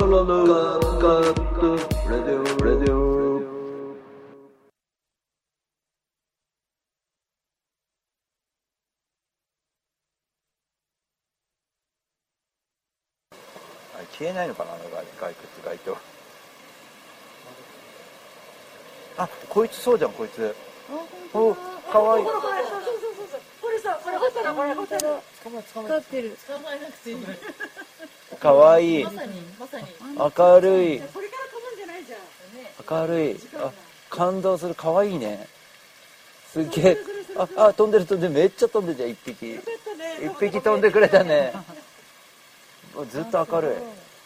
消えないのかな、外と。あ、こいつそうじゃん、こいつ。お、かわいい。 これ捕まってる。捕まえなくていい。 かわいい。 まさに明るい。 これから飛ぶんじゃないじゃ明ん。 るい。あ、感動する。かわいいね。すげえ。あ、飛んでる。めっちゃ飛んでるじゃん、一匹。一匹飛んでくれたね。ずっと明るい。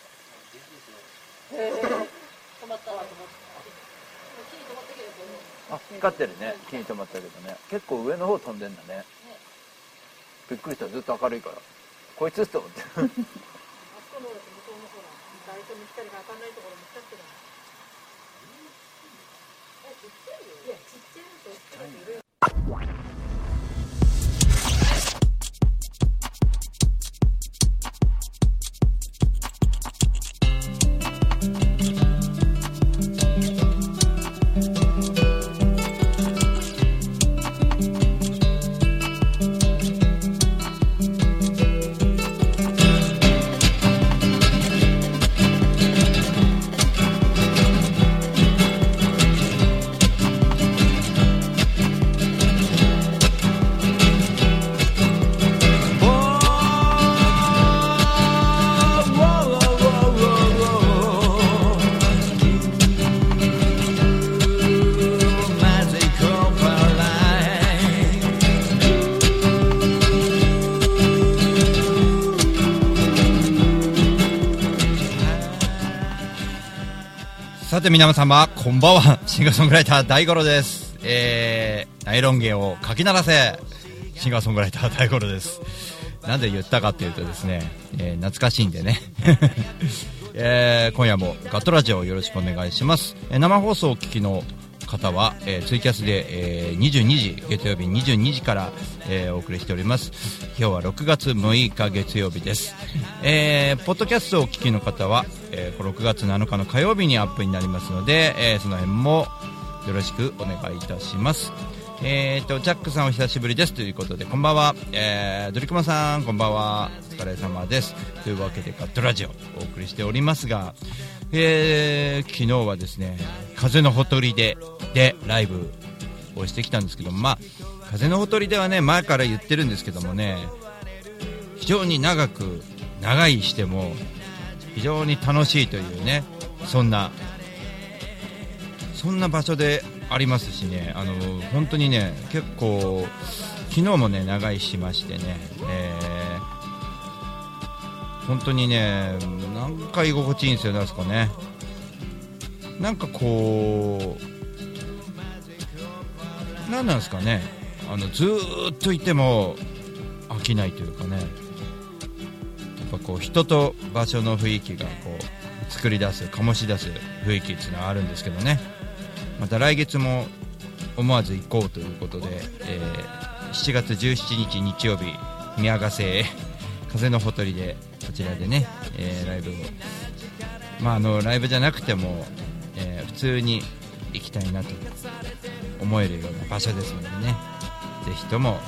止まった。 あ、光ってるね。木に止まったけどね。結構上の方飛んでんだね。びっくりした。ずっと明るいから。こいつと思って。あそこの向こうの誰とも光が当たらないところも光ってる。ちっちゃいよ。いや、ちっちゃいのとちっちゃいのいる。 さて皆様こんばんは。シンガーソングライター大五郎です。ナイロン弦をかき鳴らせ、シンガーソングライター大五郎です。なんで言ったかというとですね、懐かしいんでね、今夜もガットラジオよろしくお願いします。生放送をお聞きの方は、ツイキャスで、22時月曜日22時から、お送りしております。今日は6月6日月曜日です。ポッドキャストをお聞きの方は、6月7日の火曜日にアップになりますので、その辺もよろしくお願いいたします。ジャックさんお久しぶりですということで、こんばんは。ドリクマさんこんばんは、お疲れ様です。というわけでガットラジオお送りしておりますが、昨日はですね、風のほとりでライブをしてきたんですけども、まあ風のほとりではね、前から言ってるんですけどもね、非常に長いしても非常に楽しいというね、そんな場所でありますしね、本当にね、結構昨日もね長居しましてね、本当にね、なんか居心地いいんですよね、あそこね。なんかこう、なんなんですかね、ずーっといても飽きないというかね、やっぱこう人と場所の雰囲気がこう作り出す、醸し出す雰囲気っていうのはあるんですけどね。また来月も思わず行こうということで、7月17日日曜日、宮ヶ瀬風のほとりで、こちらでね、ライブを、まあライブじゃなくても、普通に行きたいなと思えるような場所ですのでね、ぜひとも、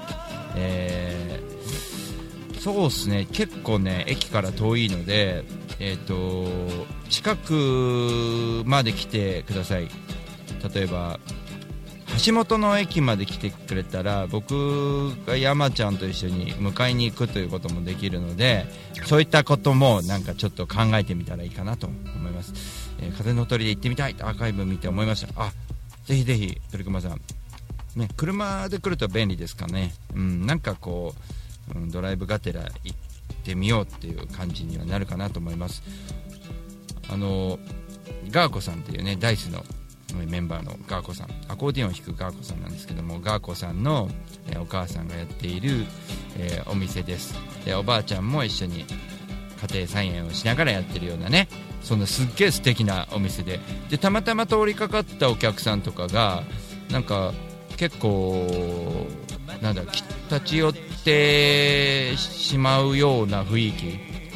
そうですね、結構ね駅から遠いので、近くまで来てください。例えば橋本の駅まで来てくれたら、僕が山ちゃんと一緒に迎えに行くということもできるので、そういったこともなんかちょっと考えてみたらいいかなと思います。風の鳥で行ってみたいとアーカイブ見て思いました。あ、ぜひぜひ鳥熊さん、ね、車で来ると便利ですかね。なんかこう、ドライブがてら行ってみようっていう感じにはなるかなと思います。ガーコさんっていうね、ダイスのメンバーのガーコさん、アコーディオンを弾くガーコさんなんですけども、ガーコさんの、お母さんがやっている、お店です。でおばあちゃんも一緒に家庭菜園をしながらやってるようなね、そんなすっげえ素敵なお店で、たまたま通りかかったお客さんとかがなんか結構なんだ、立ち寄ってしまうような雰囲気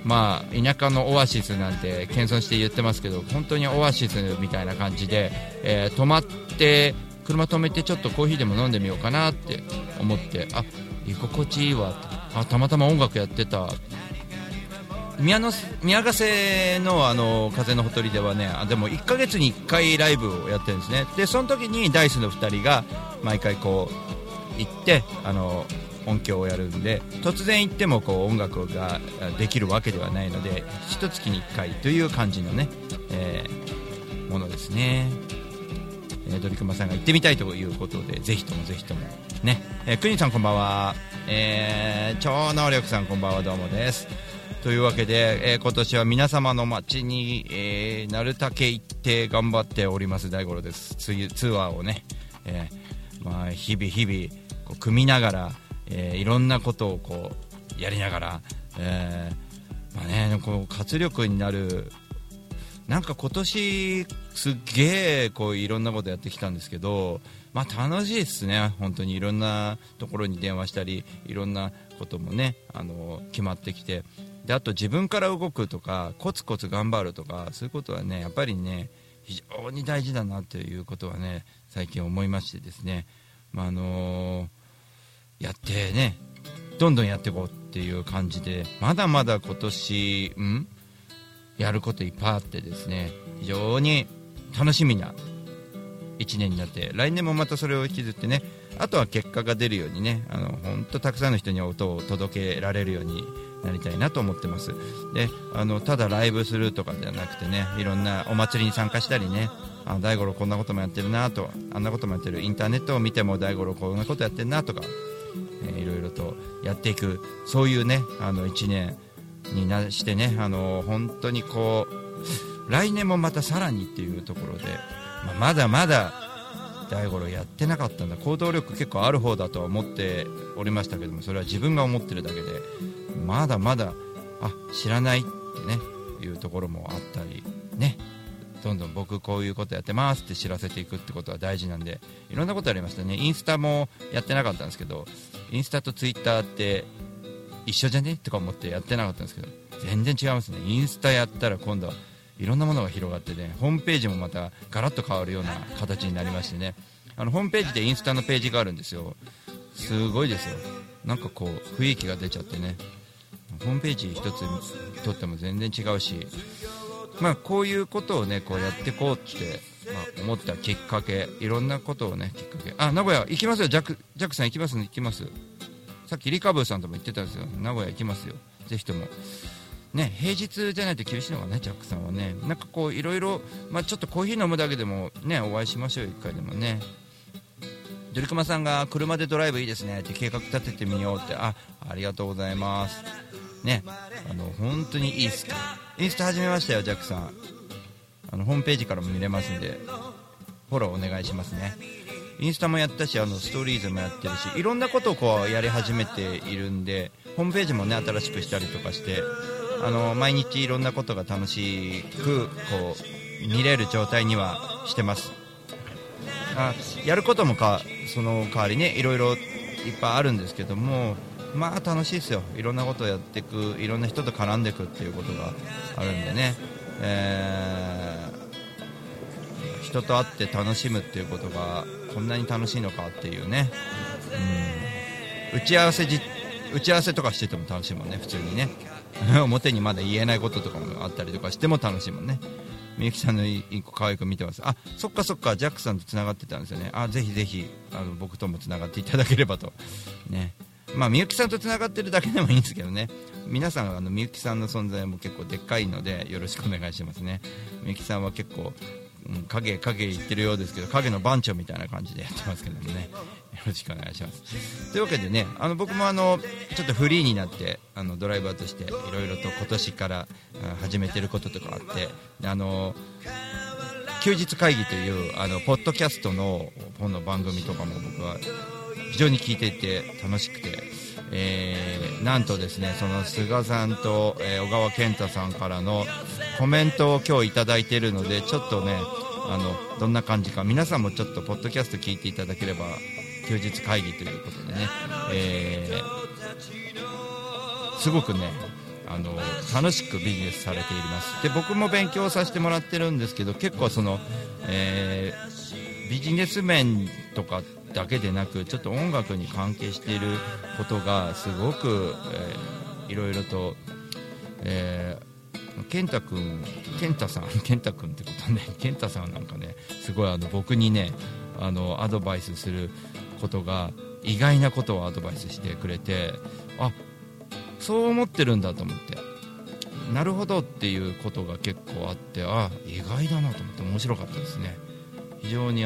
まあ、田舎のオアシスなんて謙遜して言ってますけど、本当にオアシスみたいな感じで、止まって車止めてちょっとコーヒーでも飲んでみようかなって思って、あ、居心地いいわって、あ、たまたま音楽やってた。宮ヶ瀬の風のほとりではね、でも1ヶ月に1回ライブをやってるんですね。でその時にダイスの2人が毎回こう行って音響をやるんで、突然行ってもこう音楽ができるわけではないので、1月に1回という感じのね、ものですね。ドリクマさんが行ってみたいということで、ぜひともぜひともね、クニさんこんばんは、超能力さんこんばんは、どうもです。というわけで、今年は皆様の街に、なるたけ行って頑張っております大五郎です。ツアーをね、まあ、日々こう組みながら、いろんなことをこうやりながら、まあね、こう活力になる。なんか今年すっげえこういろんなことやってきたんですけど、まあ楽しいですね。本当にいろんなところに電話したり、いろんなこともね決まってきて、であと自分から動くとかコツコツ頑張るとか、そういうことはねやっぱりね非常に大事だなということはね最近思いましてですね、まあやってねどんどんやっていこうっていう感じで、まだまだ今年やることいっぱいあってですね、非常に楽しみな1年になって、来年もまたそれを引きずってね、あとは結果が出るようにね、本当たくさんの人に音を届けられるようになりたいなと思ってます。でただライブするとかではなくてね、いろんなお祭りに参加したりね、大五郎こんなこともやってるなと、あんなこともやってる、インターネットを見ても大五郎こんなことやってるなとか、いろいろとやっていく、そういうね1年にしてね、本当にこう来年もまたさらにっていうところで、まだまだ大五郎やってなかったんだ、行動力結構ある方だとは思っておりましたけども、それは自分が思ってるだけで、まだまだ知らないってねいうところもあったりね、どんどん僕こういうことやってますって知らせていくってことは大事なんで、いろんなことやりましたね。インスタもやってなかったんですけど、インスタとツイッターって一緒じゃねとか思ってやってなかったんですけど、全然違いますね。インスタやったら今度はいろんなものが広がってね、ホームページもまたガラッと変わるような形になりましてね、ホームページでインスタのページがあるんですよ。すごいですよ。なんかこう雰囲気が出ちゃってね、ホームページ一つとっても全然違うし、こういうことをねこうやっていこうって、思ったきっかけ、いろんなことをねきっかけ、名古屋行きますよ。ジャックさん行きますね。行きます。さっきリカブーさんとも言ってたんですよ。名古屋行きますよ。ぜひともね、平日じゃないと厳しいのがね、ジャックさんはね、なんかこういろいろ、ちょっとコーヒー飲むだけでもねお会いしましょうよ、一回でもね。ドリクマさんが車でドライブいいですねって計画立ててみようって、ありがとうございますね。本当にいいっすか。インスタ始めましたよ、ジャックさん。ホームページからも見れますんでフォローお願いしますね。インスタもやったしストーリーズもやってるし、いろんなことをこうやり始めているんで、ホームページもね新しくしたりとかして、毎日いろんなことが楽しくこう見れる状態にはしてます。やることもその代わりねいろいろいっぱいあるんですけども、楽しいですよ。いろんなことをやっていく、いろんな人と絡んでいくっていうことがあるんでね、人と会って楽しむっていうことがこんなに楽しいのかっていうね、打ち合わせとかしてても楽しいもんね、普通にね表にまだ言えないこととかもあったりとかしても楽しいもんね。みゆきさんのインコ可愛く見てます。そっかそっか、ジャックさんとつながってたんですよね。ぜひぜひ僕ともつながっていただければとね。みゆきさんとつながってるだけでもいいんですけどね、皆さんみゆきさんの存在も結構でっかいのでよろしくお願いしますね。みゆきさんは結構影言ってるようですけど、影の番長みたいな感じでやってますけどもね、よろしくお願いします。というわけでね、僕もちょっとフリーになってドライバーとしていろいろと今年から始めてることとかあって、休日会議というポッドキャストの本の番組とかも僕は非常に聞いていて楽しくて、なんとですね、その菅さんと、小川健太さんからのコメントを今日いただいているので、ちょっとねどんな感じか皆さんもちょっとポッドキャスト聞いていただければ、休日会議ということでね、すごくね楽しくビジネスされています。で僕も勉強させてもらってるんですけど、結構その、ビジネス面とかだけでなくちょっと音楽に関係していることがすごく、いろいろと、健太さんってことね、健太さんなんかねすごい僕にねアドバイスすることが意外なことをアドバイスしてくれて、あ、そう思ってるんだと思って、なるほどっていうことが結構あって、あ、意外だなと思って面白かったですね。非常に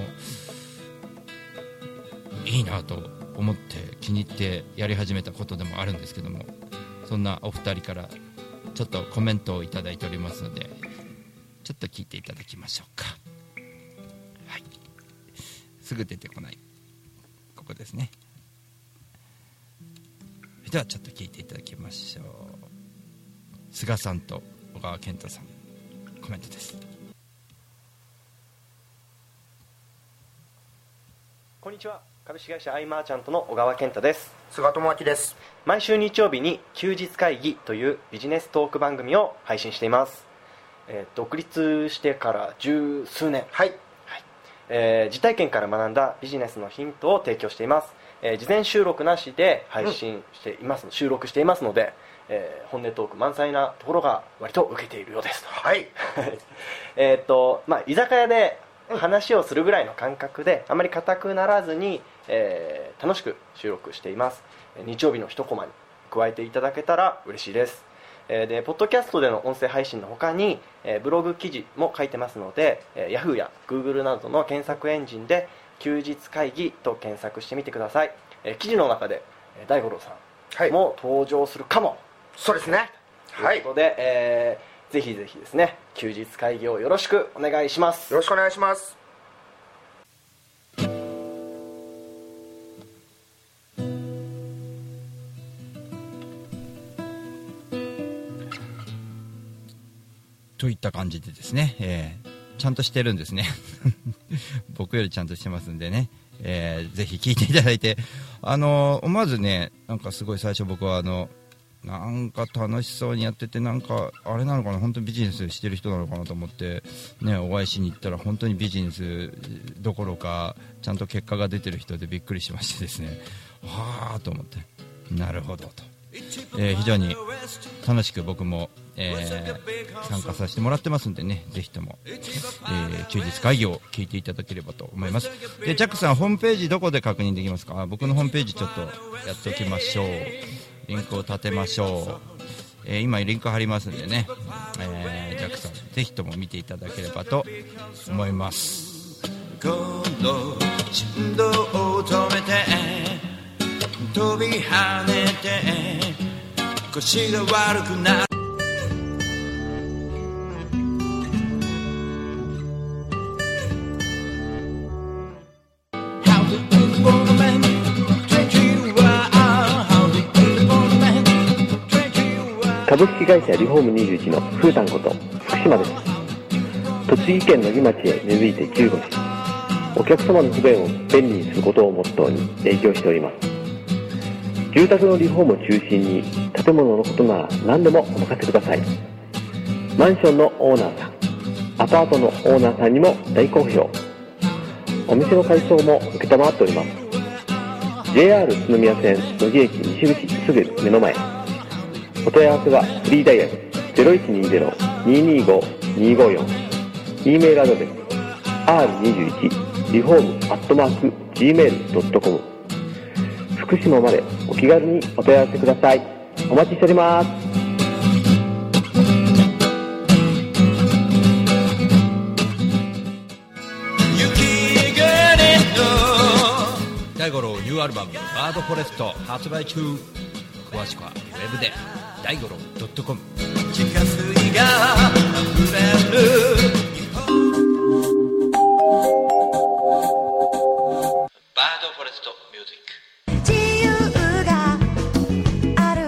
いいなと思って気に入ってやり始めたことでもあるんですけども、そんなお二人からちょっとコメントをいただいておりますので、ちょっと聞いていただきましょうか。はい、すぐ出てこない、ここですね。ではちょっと聞いていただきましょう。菅さんと小川健太さん、コメントです。 こんにちは。株式会社アイマーチャントの小川健太です。 菅智明です。 毎週日曜日に休日会議というビジネストーク番組を配信しています。独立してから十数年、 はい、 実体験から学んだビジネスのヒントを提供しています。事前収録なしで配信しています、収録していますので、本音トーク満載なところが割と受けているようですと。 はい。 居酒屋で話をするぐらいの感覚で、あまり硬くならずに、楽しく収録しています。日曜日の一コマに加えていただけたら嬉しいです。でポッドキャストでの音声配信の他に、ブログ記事も書いてますので、Yahoo や Google などの検索エンジンで休日会議と検索してみてください。記事の中で大五郎さんも登場するかも、 そうですね。 ということで、ぜひぜひですね、休日会議をよろしくお願いします。 よろしくお願いします。 といった感じでですね、ちゃんとしてるんですね僕よりちゃんとしてますんでね、ぜひ聞いていただいて、思わずね、なんかすごい最初僕はなんか楽しそうにやってて、なんかあれなのかな、本当にビジネスしてる人なのかなと思ってね、お会いしに行ったら本当にビジネスどころかちゃんと結果が出てる人でびっくりしましてですね、はあと思って、なるほどと、非常に楽しく僕も、参加させてもらってますんでね、ぜひとも、休日会議を聞いていただければと思います。でジャックさん、ホームページどこで確認できますか？僕のホームページちょっとやっておきましょう。リンクを立てましょう。今リンク貼りますんでね、ジャックさんぜひとも見ていただければと思います。今度振動を止めて飛び跳ねて腰が悪くなる。 株式会社リフォーム21のふうたんこと福島です。栃木県野木町へ根付いて15年、お客様の不便を便利にすることをモットーに営業しております。住宅のリフォームを中心に建物のことなら何でもお任せください。マンションのオーナーさん、アパートのオーナーさんにも大好評。お店の改装も承っております。 JR 宇都宮線野木駅西口すぐ目の前。お問い合わせはフリーダイヤル 0120-225-254、 E メールアドレス r21reform@gmail.com、 福島までお気軽にお問い合わせください。お待ちしております。 大五郎ニューアルバムバードフォレスト発売中。詳しくはウェブで大五郎 .com。 地下水が溢れるバードフォレストミュージック。 自由がある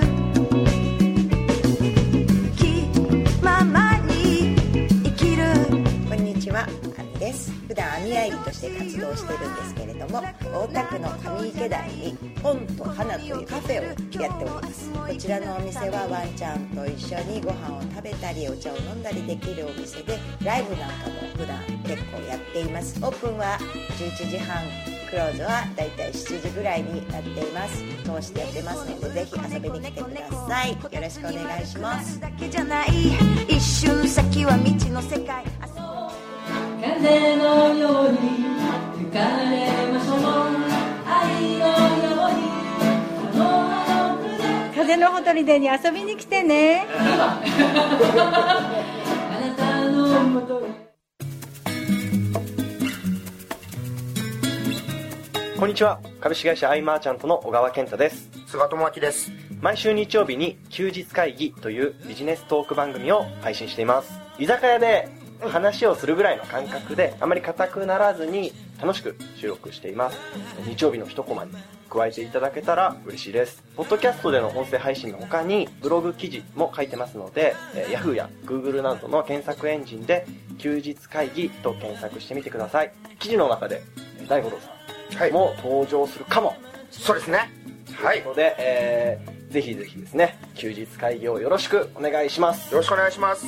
気ままに生きる。 こんにちは、あみです。普段網やりとしして活動してるんですけれども、大田区の上池台に本と花というカフェをやっております。こちらのお店はワンちゃんと一緒にご飯を食べたりお茶を飲んだりできるお店で、ライブなんかも普段結構やっています。オープンは11時半、クローズはだいたい7時ぐらいになっています。通してやってますので、ぜひ遊びに来てください。よろしくお願いします。一瞬先は未知の世界、 風のように吹かれましょう、愛のように風のほとりでに遊びに来てねあなたのもとに。 こんにちは。株式会社アイマーチャントの小川健太です。 菅智明です。 毎週日曜日に休日会議というビジネストーク番組を配信しています。居酒屋で話をするぐらいの感覚で、あまり硬くならずに楽しく収録しています。日曜日の一コマに加えていただけたら嬉しいです。ポッドキャストでの音声配信の他にブログ記事も書いてますので、Yahoo や Google などの検索エンジンで休日会議と検索してみてください。記事の中で大五郎さんも登場するかも。 そうですね。はい。 ということで、ぜひぜひですね、休日会議をよろしくお願いします。 よろしくお願いします。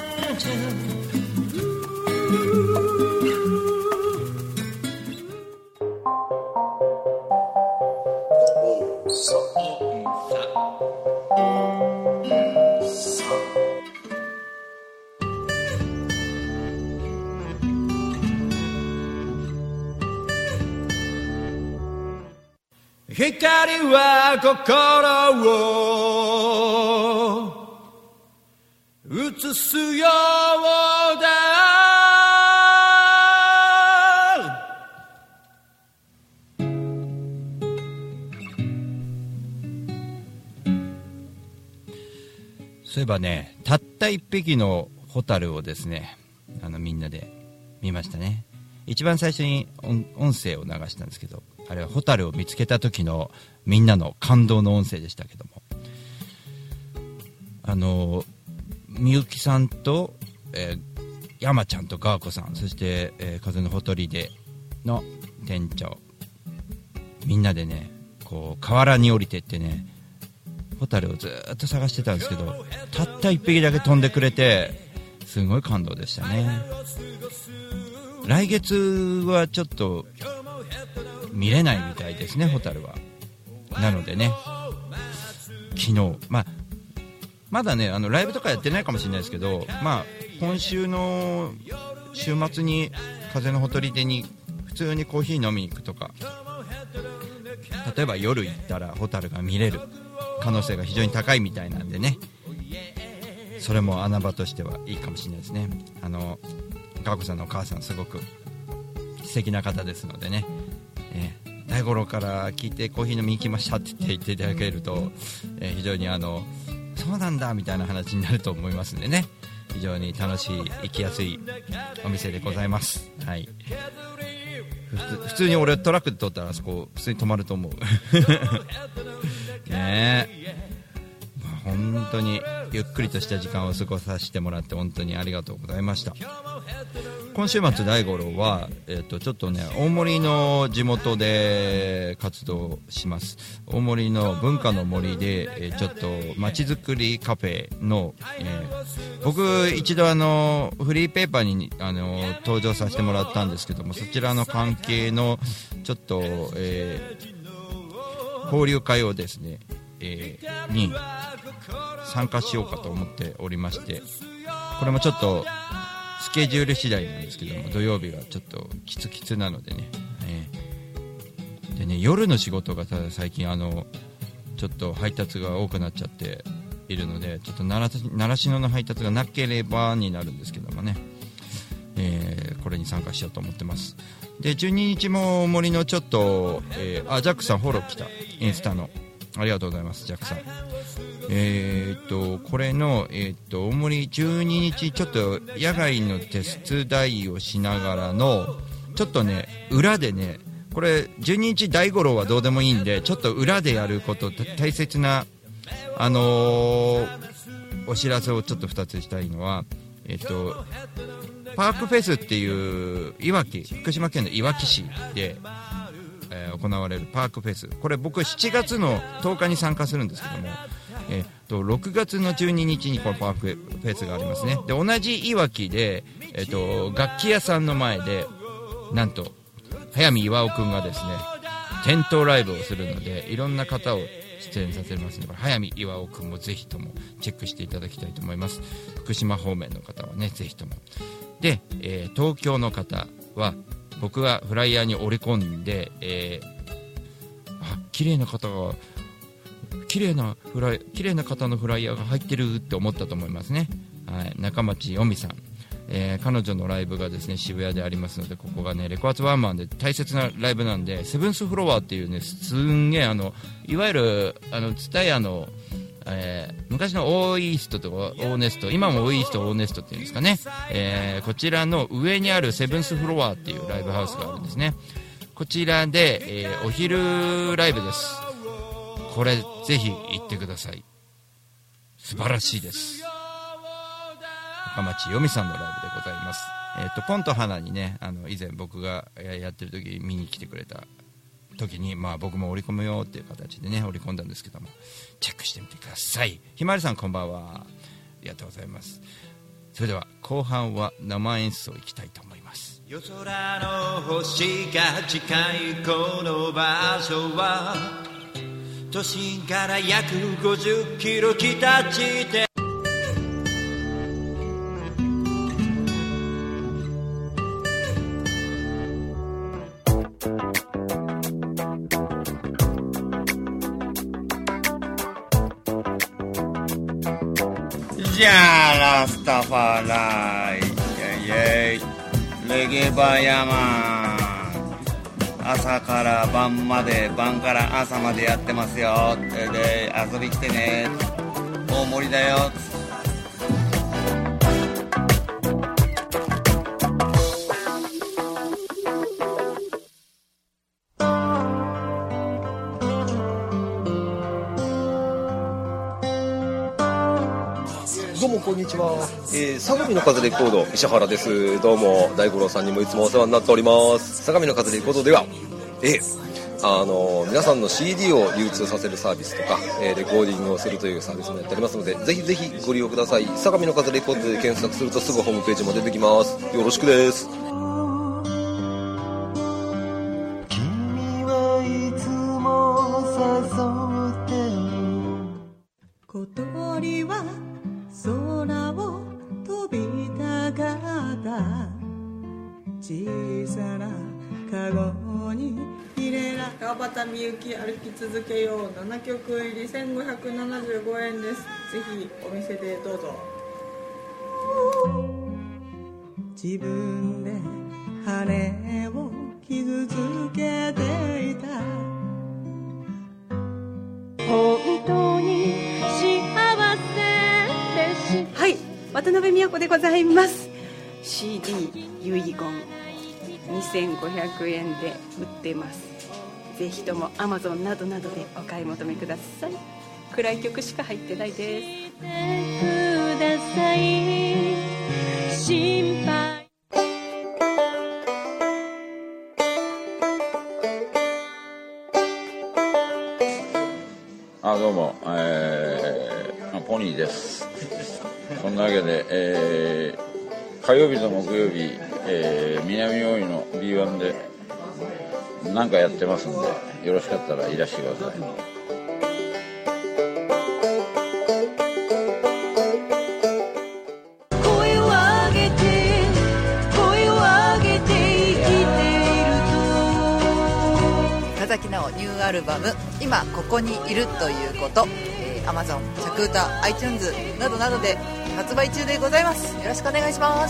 光は心を映すようだ。そういえばね、たった一匹のホタルをですね、みんなで見ましたね。一番最初に音声を流したんですけど、あれはホタルを見つけた時のみんなの感動の音声でしたけども、みゆきさんと、山ちゃんとガーコさん、そして、風のほとりでの店長、みんなでね、こう河原に降りてってね、ホタルをずっと探してたんですけど、たった一匹だけ飛んでくれて、すごい感動でしたね。来月はちょっと見れないみたいですね、ホタルは。なのでね、昨日、まだね、ライブとかやってないかもしれないですけど、今週の週末に風のほとりでに普通にコーヒー飲みに行くとか、例えば夜行ったらホタルが見れる可能性が非常に高いみたいなんでね、それも穴場としてはいいかもしれないですね。ガーコさんのお母さんすごく素敵な方ですのでね、大五郎から聞いてコーヒー飲みに行きましたって言っていただけると、非常にそうなんだみたいな話になると思いますんでね、非常に楽しい、行きやすいお店でございます。はい。普通に俺トラックで通ったらそこ普通に止まると思うねえ、本当にゆっくりとした時間を過ごさせてもらって本当にありがとうございました。今週末大五郎は、ちょっとね、大森の地元で活動します。大森の文化の森で、ちょっと街づくりカフェの、僕一度フリーペーパーに登場させてもらったんですけども、そちらの関係のちょっと、交流会をですね、に参加しようかと思っておりまして、これもちょっとスケジュール次第なんですけども、土曜日はちょっときつきつなのでね、でね、夜の仕事がただ最近ちょっと配達が多くなっちゃっているので、ちょっと習志野の配達がなければになるんですけどもね、これに参加しようと思ってます。で12日も森のちょっと、ジャックさんフォロー来た、インスタのありがとうございます、ジャックさん。これの、大森12日ちょっと野外の手伝いをしながらのちょっとね、裏でね、これ12日大五郎はどうでもいいんで、ちょっと裏でやること、大切なお知らせをちょっと2つしたいのは、 パークフェスっていう福島県のいわき市で、行われるパークフェス、これ僕7月の10日に参加するんですけども、6月の12日にこのパークフェスがありますね。で同じいわきで、楽器屋さんの前でなんと早見巌くんがですね店頭ライブをするので、いろんな方を出演させますので、早見巌くんもぜひともチェックしていただきたいと思います。福島方面の方はねぜひともで、東京の方は僕がフライヤーに織り込んで、綺麗な方のフライヤーが入ってるって思ったと思いますね。はい、中町よみさん、彼女のライブがですね渋谷でありますので、ここがねレコアツワンマンで大切なライブなんで、セブンスフロアっていうねすんげえいわゆるツタヤの、昔のオーイーストとかオーネスト、今もオーイーストオーネストっていうんですかね、こちらの上にあるセブンスフロアっていうライブハウスがあるんですね。こちらで、お昼ライブです。これぜひ行ってください。素晴らしいです。中町よみさんのライブでございます。ポンと花にね以前僕がやってる時見に来てくれた時に、僕も織り込むよっていう形でね織り込んだんですけども、チェックしてみてください。ひまわりさんこんばんは、ありがとうございます。それでは後半は生演奏いきたいと思います。 夜空の星が近いこの場所は都心から約50キロ北地点。 じゃあラスタファライイェイイェイレゲバヤマン、朝から晩まで晩から朝までやってますよ。で遊び来てね、大盛りだよ。 どうもこんにちは、相模の風レコード石原です。どうも大五郎さんにもいつもお世話になっております。相模の風レコードでは、皆さんの CD を流通させるサービスとか、レコーディングをするというサービスもやっておりますので、ぜひぜひご利用ください。相模の風レコードで検索するとすぐホームページも出てきます。よろしくです。 君はいつも誘って小鳥は空を飛びたかった、小さなカゴに入れら川端美幸歩き続けよう7曲入り1575円です。ぜひお店でどうぞ。自分で羽を傷つけていた、本当に幸せ。はい、渡辺美和子でございます。 CD 遺言2500円で売ってます。ぜひとも Amazon などなどでお買い求めください。暗い曲しか入ってないです。ください、心配。 どうも、ポニーです。そんなわけで、火曜日と木曜日、南大井の B1 で何かやってますんで、よろしかったらいらしてください。 声を上げて生きていると、 深崎直ニューアルバム今ここにいるということ、Amazon、着歌、iTunes などなどで発売中でございます。よろしくお願いします。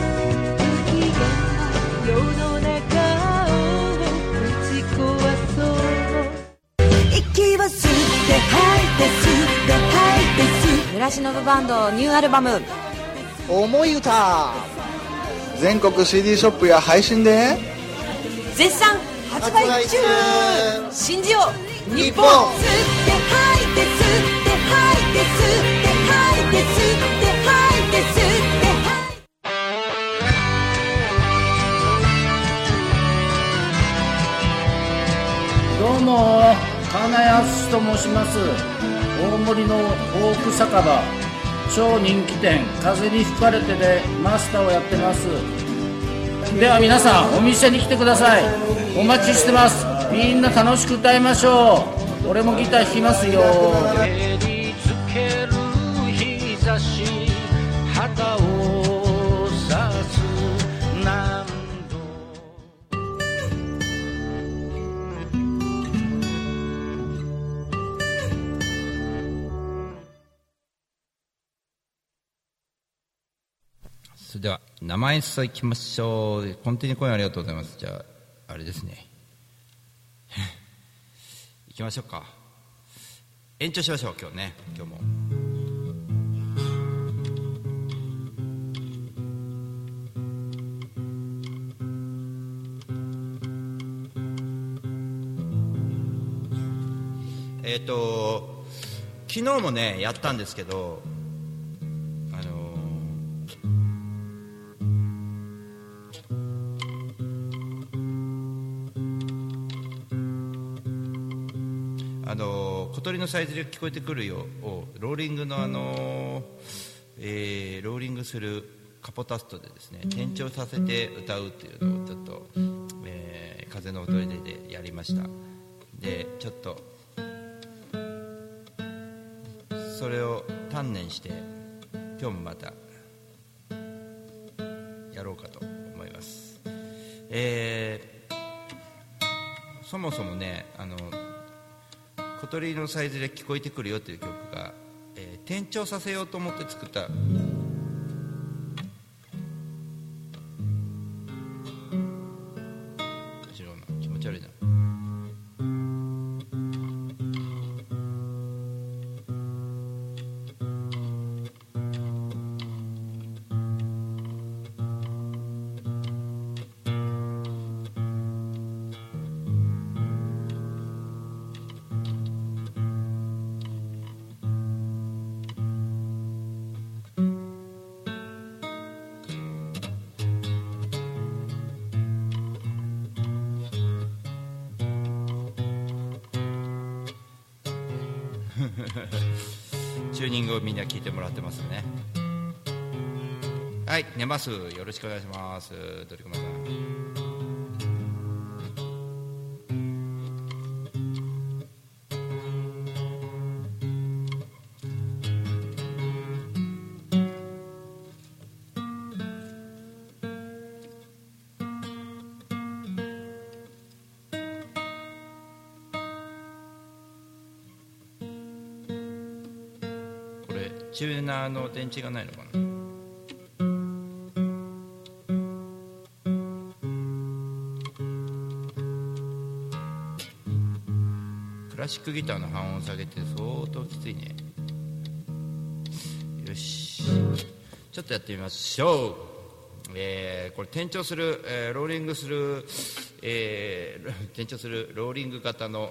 世の中を打ち壊そう。息を吸って吐いて吸って吐いて吸う。村忍バンドニューアルバム思い歌、全国 CD ショップや配信で絶賛発売中。信じよう日本。吸って吐いて吸って吐いて吸って吐いて吸って吐いて吸って吐いて。 どうも金安と申します。大森のフォーク酒場超人気店風に吹かれてでマスターをやってます。では皆さんお店に来てください。お待ちしてます。みんな楽しく歌いましょう。俺もギター弾きますよ。 照りつける日差し肌をさす何度それでは生演奏いきましょう。コンティニューコインありがとうございます。じゃああれですねいきましょうか。延長しましょう。今日ね、今日も昨日もねやったんですけど、小鳥のさえずりが聞こえてくるよをローリングのローリングするカポタストでですね転調させて歌うっていうのをちょっと、風の踊りでやりました。でちょっとそれを鍛錬して今日もまたやろうかと思います。そもそもね小鳥のさえずりが聞こえてくるよという曲が、転調させようと思って作った後ろの気持ち悪いな。チューニングをみんな聞いてもらってますね。はい、寝ます。よろしくお願いします。ドリコマさん。チューナーの電池がないのかな。クラシックギターの半音下げて相当きついね。よし、ちょっとやってみましょう。これ転調する、ローリングする、転調するローリング型の、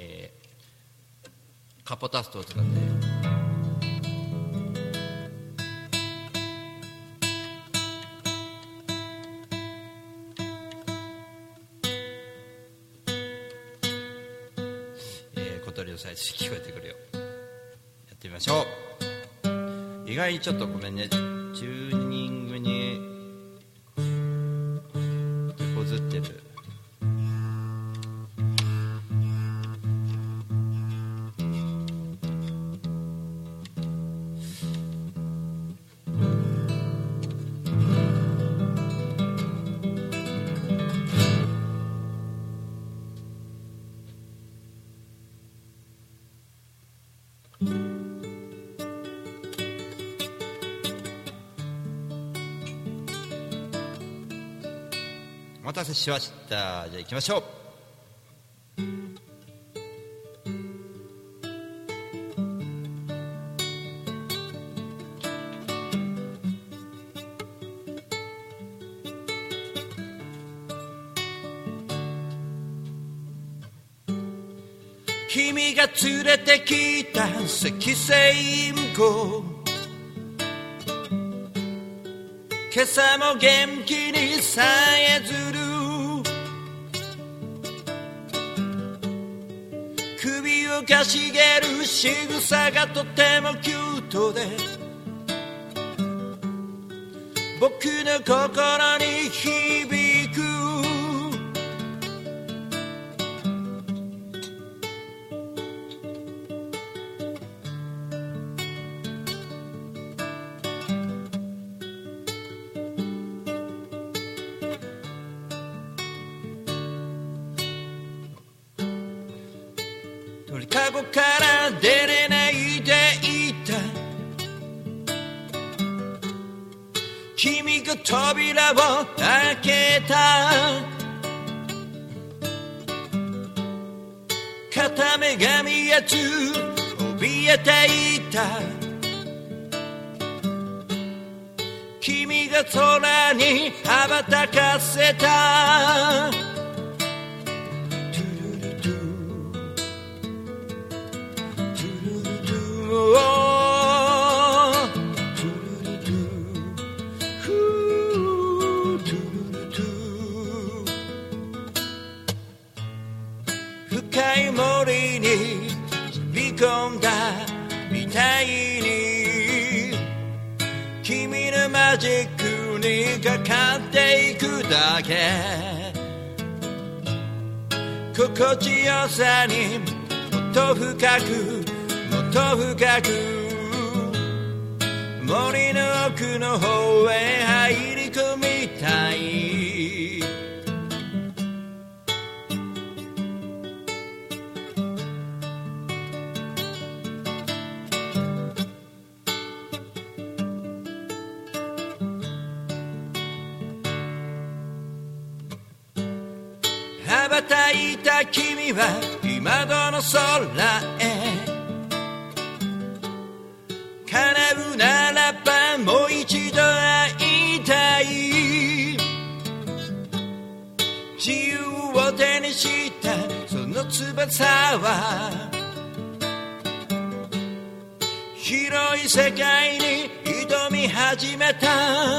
カポタストを使って小鳥のさえずり聞こえてくるよ。やってみましょう。意外にちょっとごめんね、チューニングに手こずってる。お待たせしました。じゃあ行きましょう。君が連れてきた赤線香、今朝も元気にさえずるをかしげる仕草がとてもキュートで僕の心に響く鳥かごから出れないでいた君が扉を開けた片目が見えず怯えていた君が空に羽ばたかせた深い森に飛び込んだみたいに君のマジックにかかっていくだけ心地よさにもっと深くもっと深く森の奥の方へ入り込みたい羽ばたいた君は今どの空へ叶うならばもう一度会いたい自由を手にしたその翼は広い世界に挑み始めた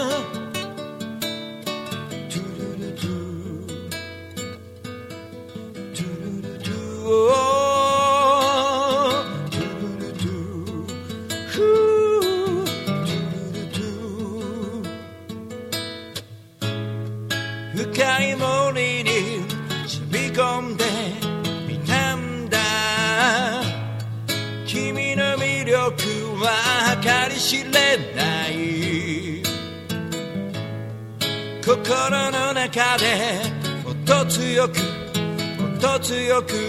深い森に飛び込んでみたんだ君の魅力は計り知れない心の中でもっと強くもっと強く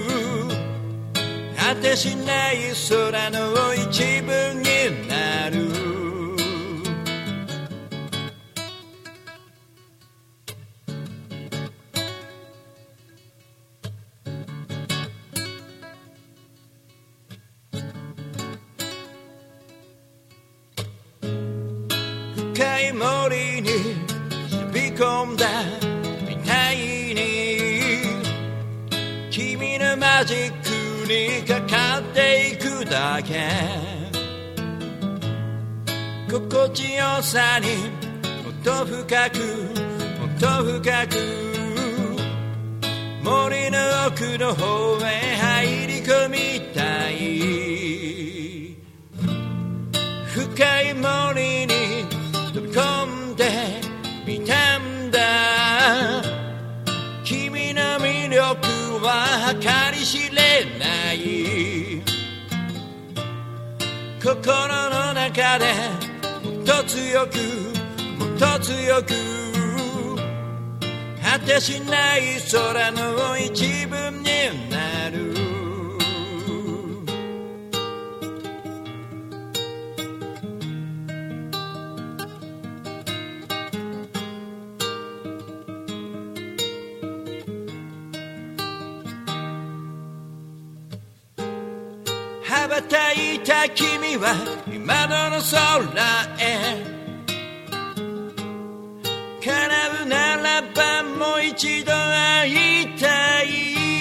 果てしない空の一部になる深い森に飛び込んだみたいに君のマジックにかかっていくだけ心地よさにもっと深くもっと深く森の奥の方へ入り込みたい深い森に飛び込んでみたんだ君の魅力は計り知れない心の中でもっと強くもっと強く果てしない空の一部になる羽ばたいた君は今どの空へ叶うならばもう一度会いたい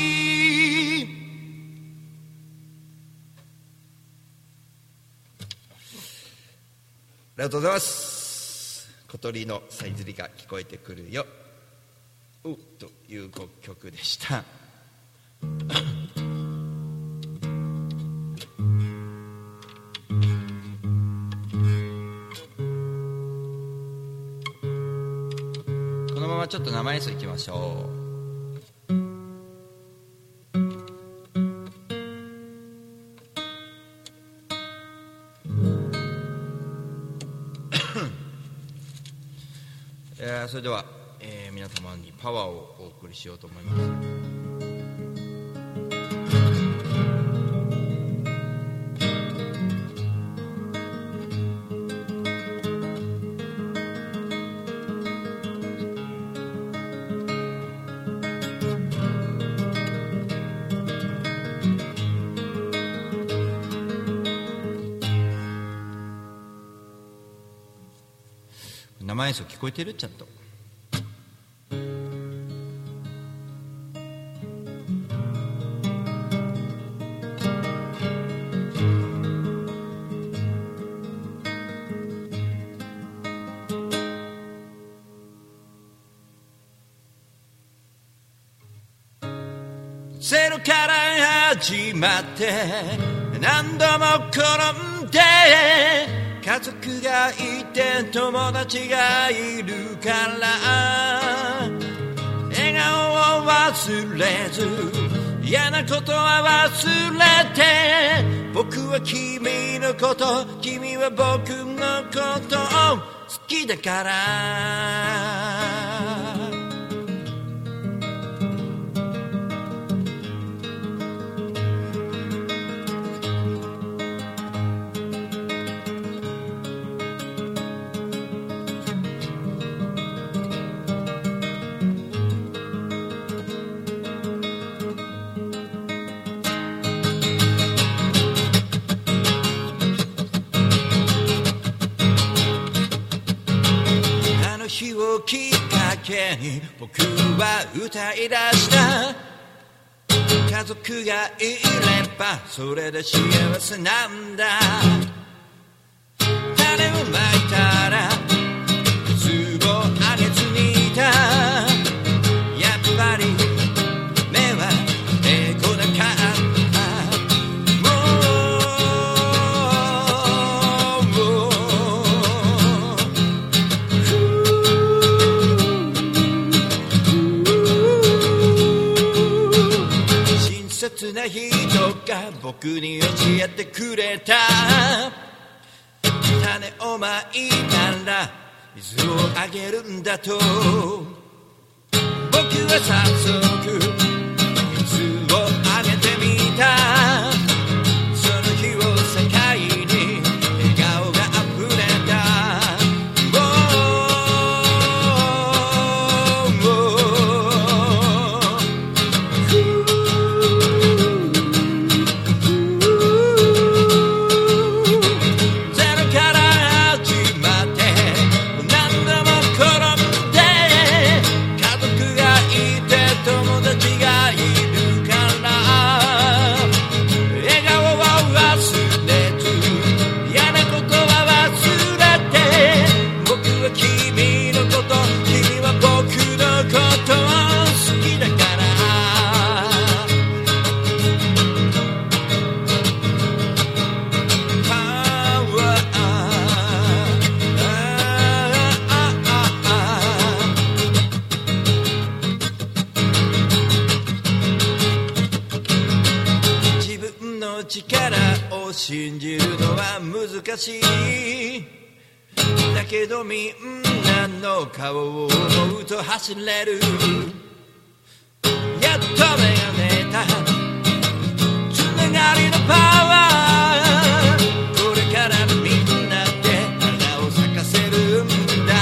ありがとうございます。小鳥のさえずりが聞こえてくるよという曲でしたちょっと生演奏いきましょう。それでは、皆様にパワーをお送りしようと思います。生演奏聞こえてる？ちゃんと。ゼロから始まって何度も転んで、家族がいて友達がいるから、笑顔を忘れず嫌なことは忘れて、僕は君のこと、君は僕のことを好きだから。日をきっかけに僕は歌い出した。家族がいればそれで幸せなんだ。種をまいたら水をあげずにいた。やっぱり目はえこなかった。切な人が僕に教えてくれた。種をまいたら水をあげるんだと。僕は早速水をあげてみた。その日を境に笑顔があふれた。信じるのは難しい。だけどみんなの顔を思うと走れる。やっと目が出たつながりのパワー。これからみんなで花を咲かせるんだ。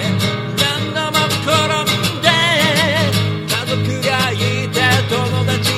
友達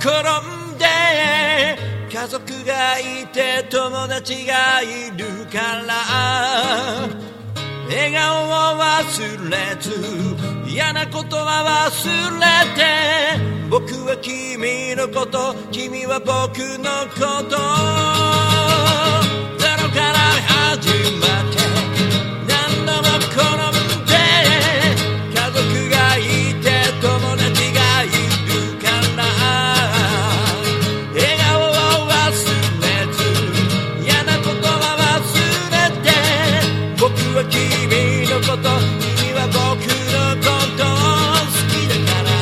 転んで家族がいて友達がいるから笑顔を忘れず嫌なことは忘れて僕は君のこと君は僕のことゼロから始まって何度も転んで家族がいて友達がいるから笑顔を忘れず嫌なことは忘れて僕は君のこと君は僕のこと好きだから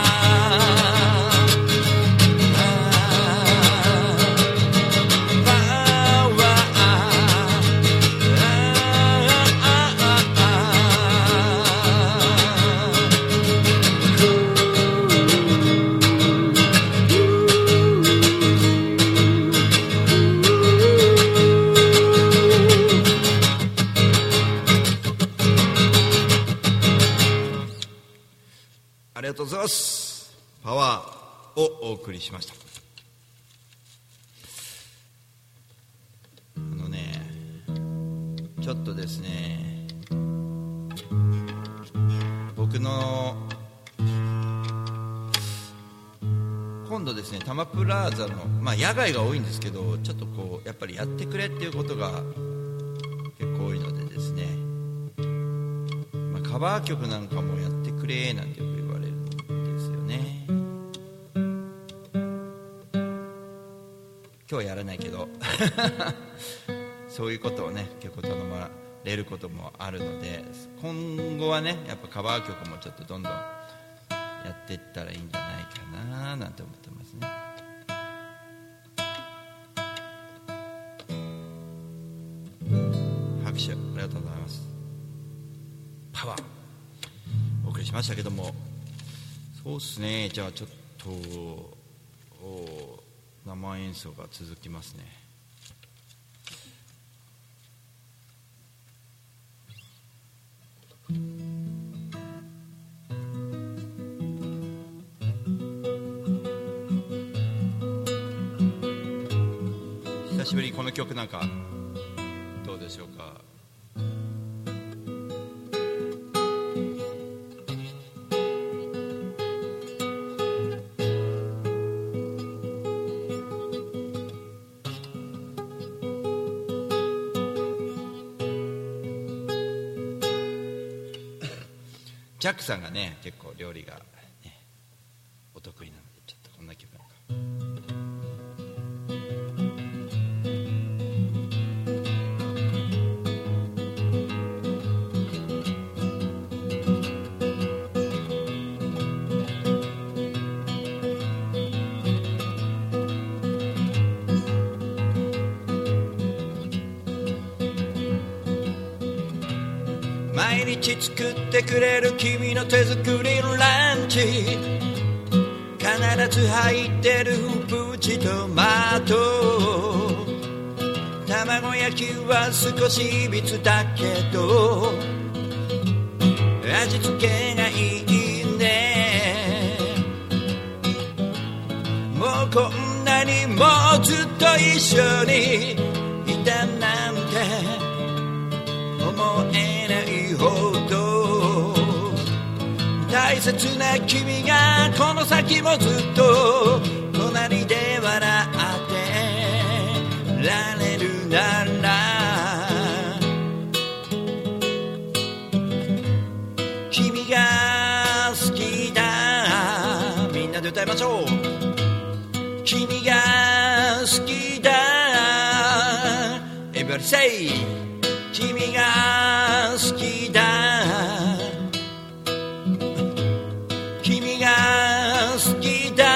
ありがとうございます。パワーをお送りしました。ちょっとですね、僕の今度ですねタマプラザの、野外が多いんですけど、ちょっとこうやっぱりやってくれっていうことが結構多いのでですね、カバー曲なんかもやってくれなんてよく言われるんですよね。今日はやらないけどそういうことをね結構頼まれることもあるので、今後はねやっぱカバー曲もちょっとどんどんやっていったらいいんじゃないかななんて思ってますね。拍手ありがとうございます。パワーお送りしましたけども、そうっすね、じゃあちょっと生演奏が続きますね。久しぶりにこの曲なんかどうでしょうか。ジャックさんがね結構料理が、ね、お得意なので、ちょっとこんな曲なんか。毎日作ってくれる君の手作りランチ、必ず入ってるプチトマト、卵焼きは少しびつだけど味付けがいいね。もうこんなにもずっと一緒にいたなんて思えないほど大切な君がこの先もずっと隣で笑ってられるなら、君が好きだ、みんなで歌いましょう。君が好きだ Everybody say 君が好きだ、君が好きだ。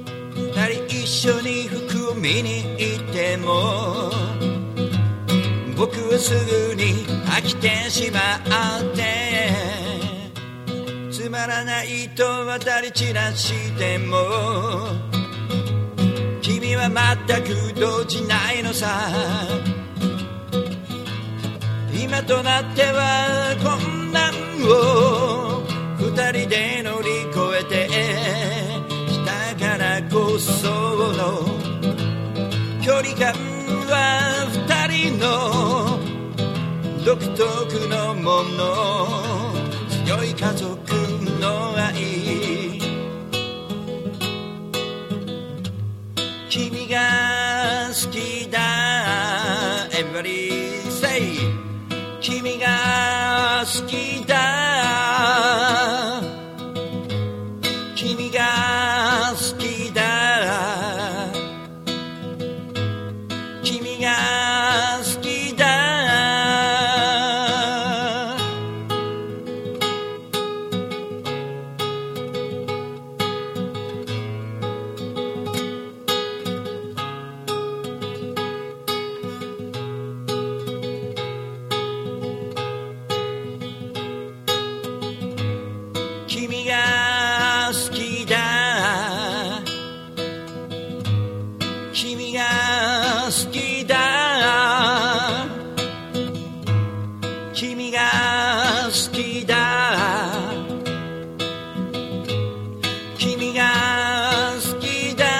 一緒に服を見に行ってもぐすぐに飽きてしまってつまらないと渡り散らしても君は全く動じないのさ今となっては困難を二人で乗り越えてきたからこその距離感は二人の独特のもの強い家族の愛君が好きだ Everybody say 君が好きだ君が好きだ君が好きだ君が好きだ君が好きだ君が好きだ君が好きだ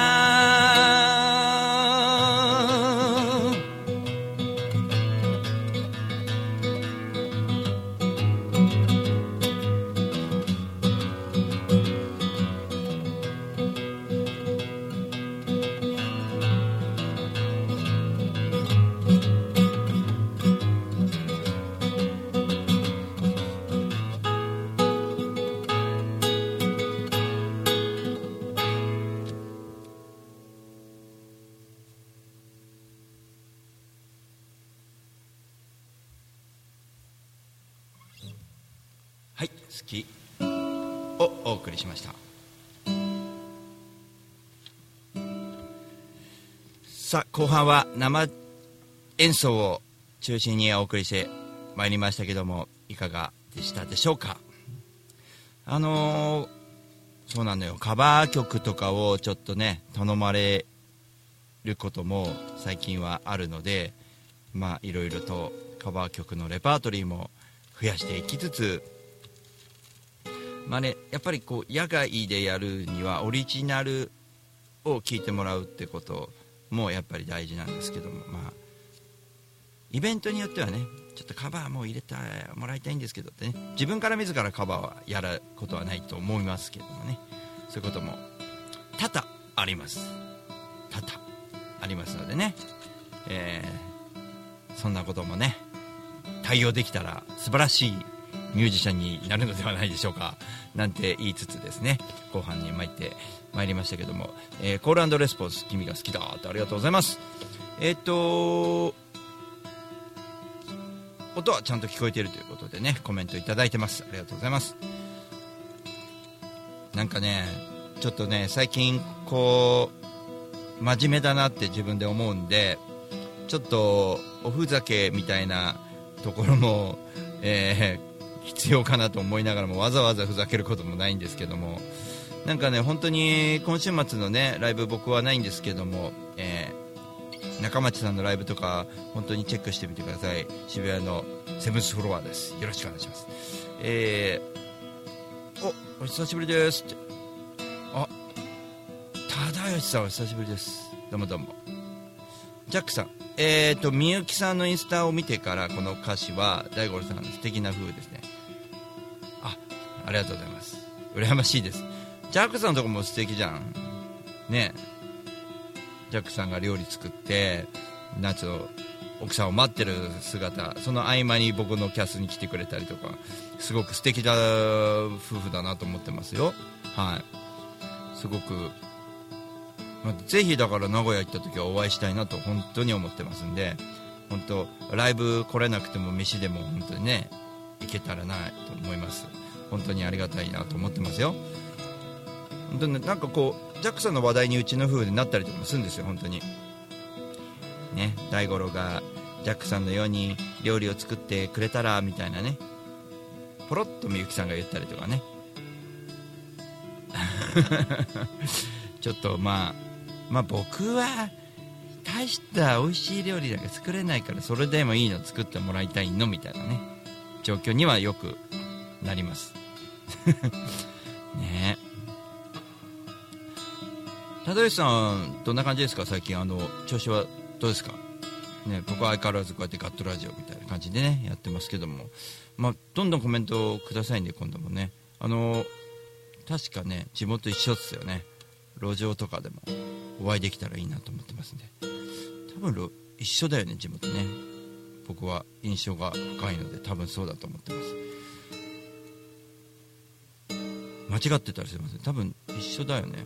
はい、好きをお送りしました。さあ後半は生演奏を中心にお送りしてまいりましたけどもいかがでしたでしょうか。そうなのよ、カバー曲とかをちょっとね頼まれることも最近はあるので、まあいろいろとカバー曲のレパートリーも増やしていきつつ、まあね、やっぱりこう野外でやるにはオリジナルを聴いてもらうってこともやっぱり大事なんですけども、まあイベントによってはねちょっとカバーも入れてもらいたいんですけどってね、自分から自らカバーはやることはないと思いますけどもね、そういうことも多々ありますのでね、そんなこともね対応できたら素晴らしいミュージシャンになるのではないでしょうかなんて言いつつですね、後半に参ってまいりましたけども、コール&レスポンス君が好きだってありがとうございます。音はちゃんと聞こえているということでねコメントいただいてます。ありがとうございます。なんかねちょっとね最近こう真面目だなって自分で思うんで、ちょっとおふざけみたいなところも、必要かなと思いながらもわざわざふざけることもないんですけども、なんかね本当に今週末のねライブ僕はないんですけども、中町さんのライブとか本当にチェックしてみてください。渋谷のセブンスフロアです。よろしくお願いします。お久しぶりですって、忠義さんお久しぶりです。どうもどうも。ジャックさん、みゆきさんのインスタを見てからこの歌詞は大五郎さんの素敵な風ですね。ありがとうございます。羨ましいです。ジャックさんのとこも素敵じゃんね。ジャックさんが料理作って夏の奥さんを待ってる姿、その合間に僕のキャスに来てくれたりとか、すごく素敵な夫婦だなと思ってますよ。はい、すごく、ぜひだから名古屋行った時はお会いしたいなと本当に思ってますんで、本当ライブ来れなくても飯でも本当にね行けたらなと思います。本当にありがたいなと思ってますよ。本当になんかこうジャックさんの話題にうちの夫婦でなったりとかもするんですよ。本当にね、大五郎がジャックさんのように料理を作ってくれたらみたいなね、ポロッとみゆきさんが言ったりとかねちょっとまあ僕は大した美味しい料理だけ作れないから、それでもいいの作ってもらいたいのみたいなね状況にはよくなりますねえ。忠義さんどんな感じですか最近？調子はどうですかね。僕は相変わらずこうやってガットラジオみたいな感じでねやってますけども、どんどんコメントをくださいね今度もね。確かね地元一緒っすよね。路上とかでもお会いできたらいいなと思ってますんで、多分一緒だよね地元ね。僕は印象が深いので多分そうだと思ってます。間違ってたらすいません。多分一緒だよね。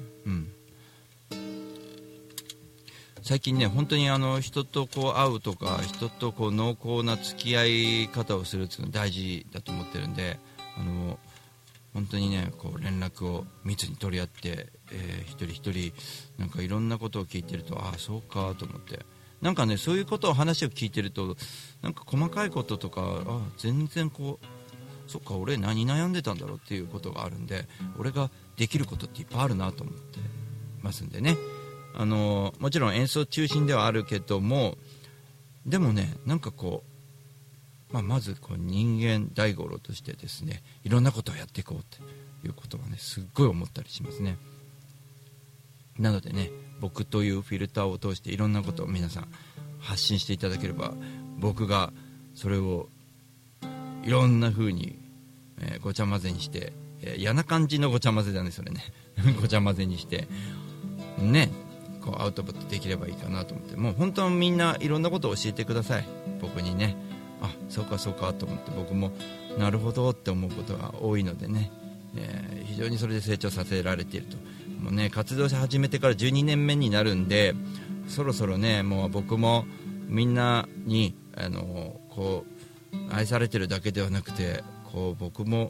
最近ね本当に人とこう会うとか人とこう濃厚な付き合い方をするっていうのは大事だと思ってるんで、本当にねこう連絡を密に取り合って、一人一人なんかいろんなことを聞いてると、ああそうかと思って、なんかねそういうことを話を聞いてるとなんか細かいこととか全然こうそっか俺何悩んでたんだろうっていうことがあるんで、俺ができることっていっぱいあるなと思ってますんでね。もちろん演奏中心ではあるけども、でもねなんかこう、まずこう人間大五郎としてですねいろんなことをやっていこうということはねすっごい思ったりしますね。なのでね僕というフィルターを通していろんなことを皆さん発信していただければ、僕がそれをいろんな風に、ごちゃ混ぜにして、嫌な感じのごちゃ混ぜだねそれねごちゃ混ぜにしてねこうアウトプットできればいいかなと思って、もう本当にみんないろんなことを教えてください僕にね。そうかそうかと思って僕もなるほどって思うことが多いのでね、非常にそれで成長させられていると。もうね活動し始めてから12年目になるんで、そろそろねもう僕もみんなにこう愛されてるだけではなくて、こう僕も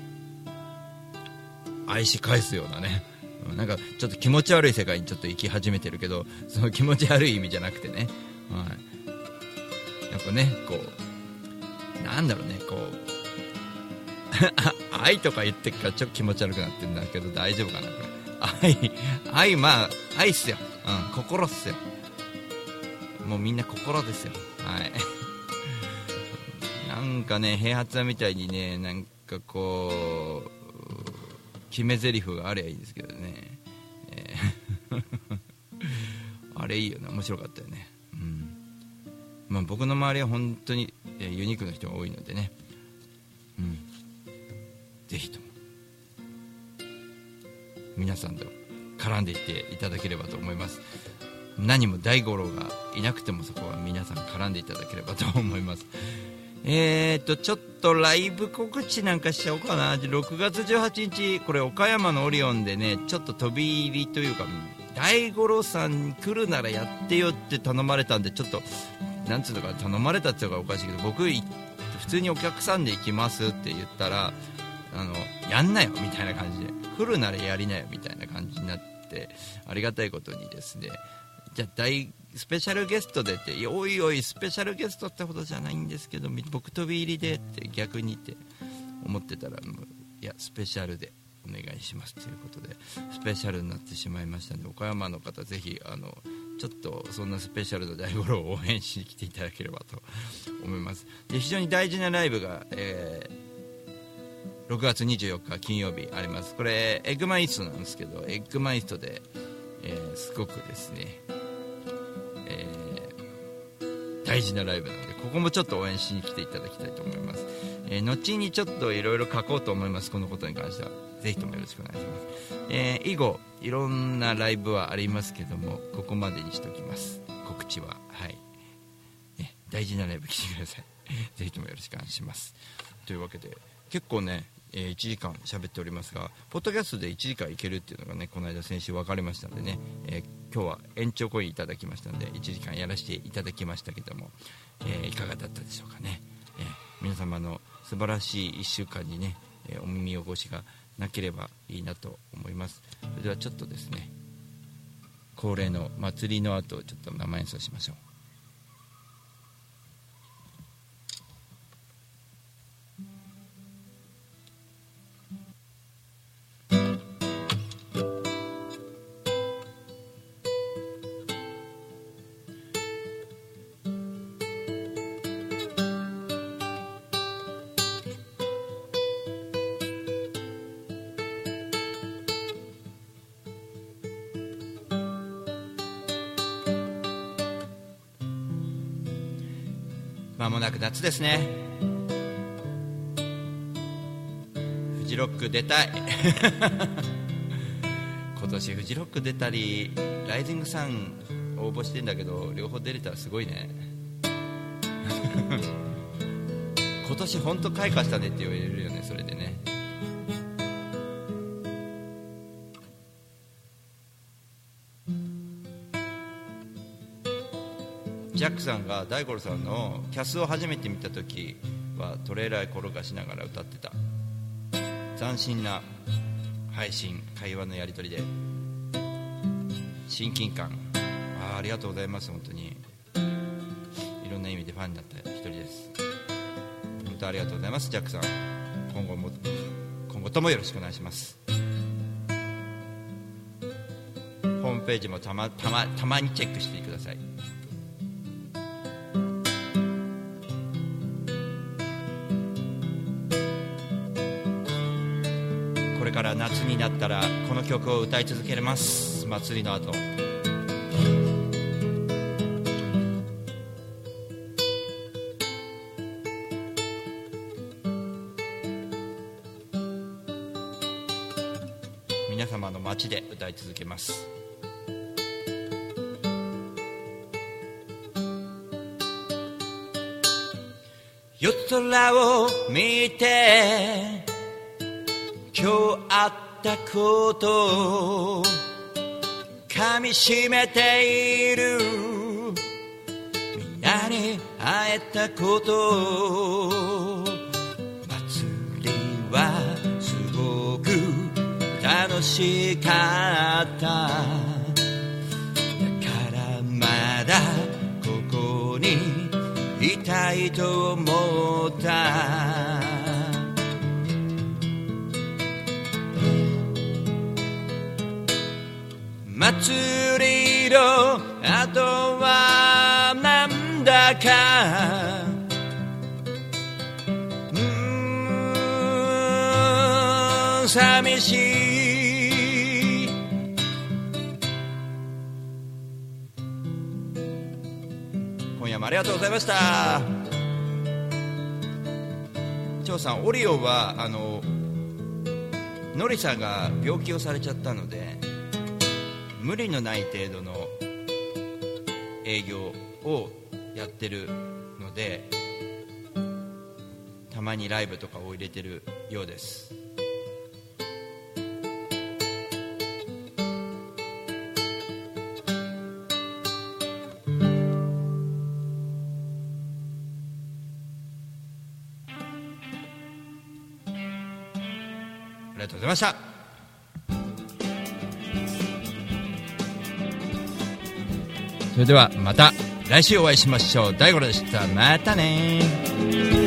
愛し返すようなね、なんかちょっと気持ち悪い世界にちょっと生き始めてるけど、その気持ち悪い意味じゃなくてね、やっぱねこうなんだろうねこう愛とか言ってっからちょっと気持ち悪くなってるんだけど大丈夫かなこれ。愛愛っすよ、心っすよ。もうみんな心ですよ。なんかね平八みたいにねなんかこう決め台詞があればいいんですけどね、あれいいよね、面白かったよね。僕の周りは本当にユニークな人が多いのでね、ぜひとも皆さんと絡んでいっていただければと思います。何も大五郎がいなくてもそこは皆さん絡んでいただければと思います。ちょっとライブ告知なんかしちゃおうかな。6月18日これ岡山のオリオンでねちょっと飛び入りというか大五郎さん来るならやってよって頼まれたんで、ちょっとなんつうのか頼まれたっていうのがおかしいけど、僕普通にお客さんで行きますって言ったらやんなよみたいな感じで、来るならやりなよみたいな感じになって、ありがたいことにですね、じゃあスペシャルゲストでって、おいおいスペシャルゲストってほどじゃないんですけど僕飛び入りでって逆にって思ってたら、いやスペシャルでお願いしますということでスペシャルになってしまいましたので、岡山の方ぜひちょっとそんなスペシャルな大五郎を応援しに来ていただければと思います。で非常に大事なライブが、6月24日金曜日あります。これエッグマンイーストなんですけど、エッグマンイーストで、すごくですね、大事なライブなのでここもちょっと応援しに来ていただきたいと思います。後にちょっといろいろ書こうと思います。このことに関してはぜひともよろしくお願いします。以後いろんなライブはありますけどもここまでにしておきます。告知は大事なライブ来てくださいぜひともよろしくお願いします。というわけで結構ね1時間喋っておりますが、ポッドキャストで1時間いけるっていうのがねこの間先週分かりましたのでね、今日は延長コインいただきましたので1時間やらせていただきましたけども、いかがだったでしょうかね。皆様の素晴らしい1週間にね、お耳汚しがなければいいなと思います。それではちょっとですね恒例の祭りの後ちょっと生演奏しましょう。 間もなく夏ですね。フジロック出たい今年フジロック出たりライジングサン応募してんだけど、両方出れたらすごいね今年本当開花したねって言われるよね、それでね。ジャックさんが大五郎さんのキャスを初めて見た時はトレーラー転がしながら歌ってた。斬新な配信、会話のやり取りで親近感、ありがとうございます。本当にいろんな意味でファンになった一人です。本当ありがとうございます。ジャックさん、今後ともよろしくお願いします。ホームページもたまにチェックしてください。これから夏になったらこの曲を歌い続けます。祭りの後、皆様の街で歌い続けます。夜空を見て今日あったことを噛みしめている、みんなに会えたことを、祭りはすごく楽しかった、だからまだここにいたいと思った。祭りの後はなんだか寂しい。今夜もありがとうございました。長さん、オリオはノリさんが病気をされちゃったので無理のない程度の営業をやってるので、たまにライブとかを入れてるようです。ありがとうございました。それではまた来週お会いしましょう。大五郎でした。またね。